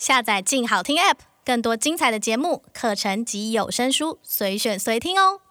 下载静好听 App， 更多精彩的节目、课程及有声书，随选随听哦。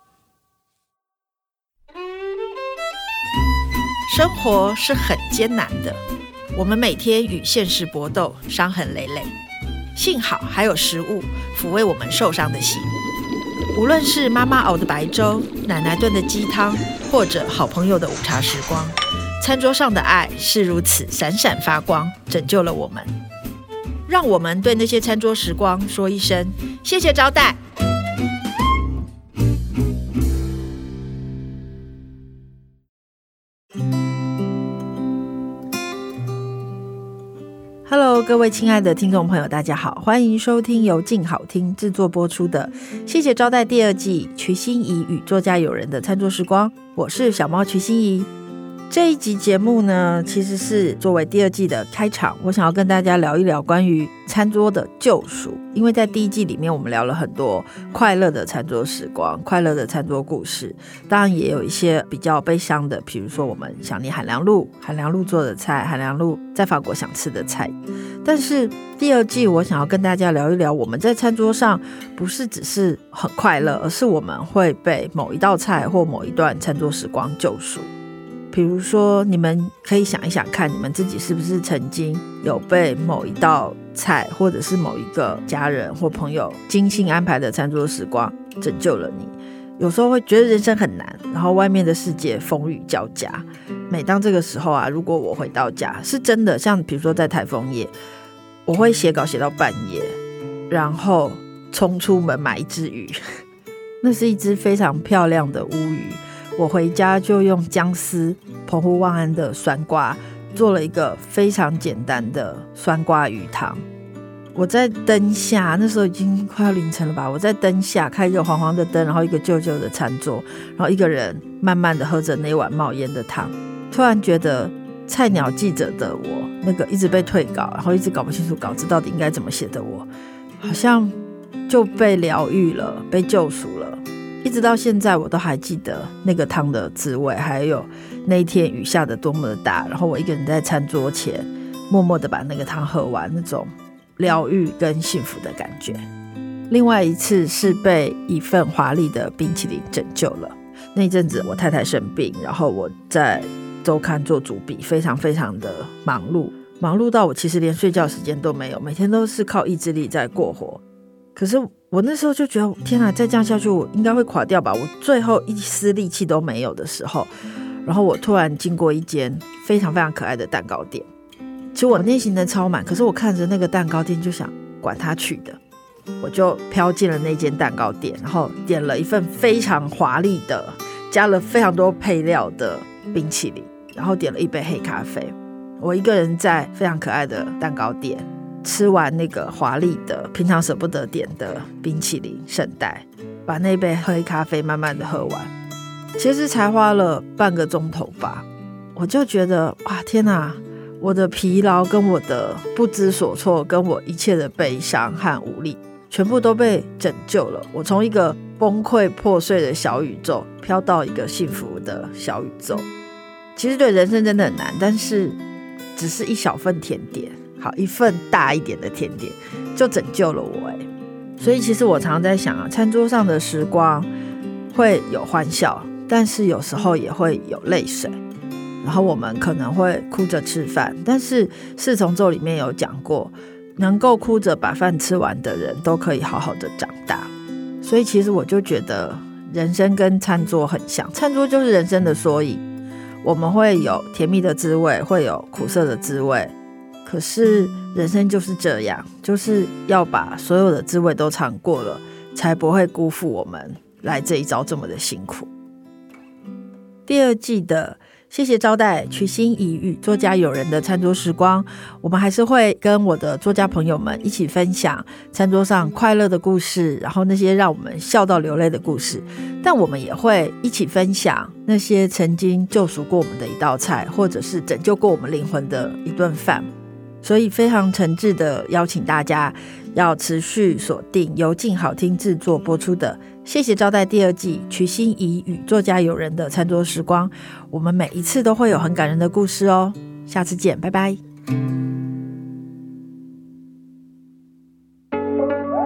生活是很艰难的，我们每天与现实搏斗，伤痕累累。幸好还有食物抚慰我们受伤的心，无论是妈妈熬的白粥、奶奶炖的鸡汤，或者好朋友的午茶时光，餐桌上的爱是如此闪闪发光，拯救了我们。让我们对那些餐桌时光说一声谢谢招待。Hello， 各位亲爱的听众朋友，大家好，欢迎收听由静好听制作播出的《谢谢招待》第二季瞿欣怡与作家友人的餐桌时光，我是小猫瞿欣怡。这一集节目呢，其实是作为第二季的开场，我想要跟大家聊一聊关于餐桌的救赎。因为在第一季里面，我们聊了很多快乐的餐桌时光、快乐的餐桌故事，当然也有一些比较悲伤的，比如说我们想念韩良露做的菜，韩良露在法国想吃的菜。但是第二季我想要跟大家聊一聊，我们在餐桌上不是只是很快乐，而是我们会被某一道菜或某一段餐桌时光救赎。比如说，你们可以想一想看，你们自己是不是曾经有被某一道菜，或者是某一个家人或朋友精心安排的餐桌时光拯救了你。有时候会觉得人生很难，然后外面的世界风雨交加。每当这个时候啊，如果我回到家，是真的像比如说在台风夜，我会写稿写到半夜，然后冲出门买一只鱼那是一只非常漂亮的乌鱼，我回家就用姜丝、澎湖万安的酸瓜做了一个非常简单的酸瓜鱼汤。我在灯下，那时候已经快要凌晨了吧，我在灯下开一个黄黄的灯，然后一个旧旧的餐桌，然后一个人慢慢的喝着那碗冒烟的汤。突然觉得菜鸟记者的我，那个一直被退稿，然后一直搞不清楚稿子到底应该怎么写的我，好像就被疗愈了，被救赎了。一直到现在我都还记得那个汤的滋味，还有那一天雨下的多么的大，然后我一个人在餐桌前默默的把那个汤喝完，那种疗愈跟幸福的感觉。另外一次是被一份华丽的冰淇淋拯救了。那一阵子我太太生病，然后我在周刊做主笔，非常非常的忙碌到我其实连睡觉时间都没有，每天都是靠意志力在过活。可是我那时候就觉得天哪，再这样下去我应该会垮掉吧，我最后一丝力气都没有的时候，然后我突然经过一间非常非常可爱的蛋糕店。其实我内心的超满，可是我看着那个蛋糕店就想管他去的，我就飘进了那间蛋糕店，然后点了一份非常华丽的加了非常多配料的冰淇淋，然后点了一杯黑咖啡。我一个人在非常可爱的蛋糕店吃完那个华丽的平常舍不得点的冰淇淋圣代，把那杯黑咖啡慢慢的喝完，其实才花了半个钟头吧。我就觉得哇天哪，我的疲劳跟我的不知所措跟我一切的悲伤和无力全部都被拯救了。我从一个崩溃破碎的小宇宙飘到一个幸福的小宇宙。其实对人生真的很难，但是只是一小份甜点，好，一份大一点的甜点就拯救了我。所以其实我常常在想啊，餐桌上的时光会有欢笑，但是有时候也会有泪水，然后我们可能会哭着吃饭，但是四重奏里面有讲过，能够哭着把饭吃完的人都可以好好的长大。所以其实我就觉得人生跟餐桌很像，餐桌就是人生的缩影，我们会有甜蜜的滋味，会有苦涩的滋味，可是人生就是这样，就是要把所有的滋味都尝过了，才不会辜负我们来这一遭这么的辛苦。第二季的谢谢招待瞿欣怡与作家友人的餐桌时光，我们还是会跟我的作家朋友们一起分享餐桌上快乐的故事，然后那些让我们笑到流泪的故事，但我们也会一起分享那些曾经救赎过我们的一道菜，或者是拯救过我们灵魂的一顿饭。所以非常诚挚的邀请大家要持续锁定由静好听制作播出的谢谢招待第二季瞿欣怡与作家友人的餐桌时光，我们每一次都会有很感人的故事哦。下次见，拜拜。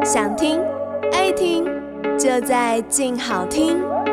想听爱听，就在静好听。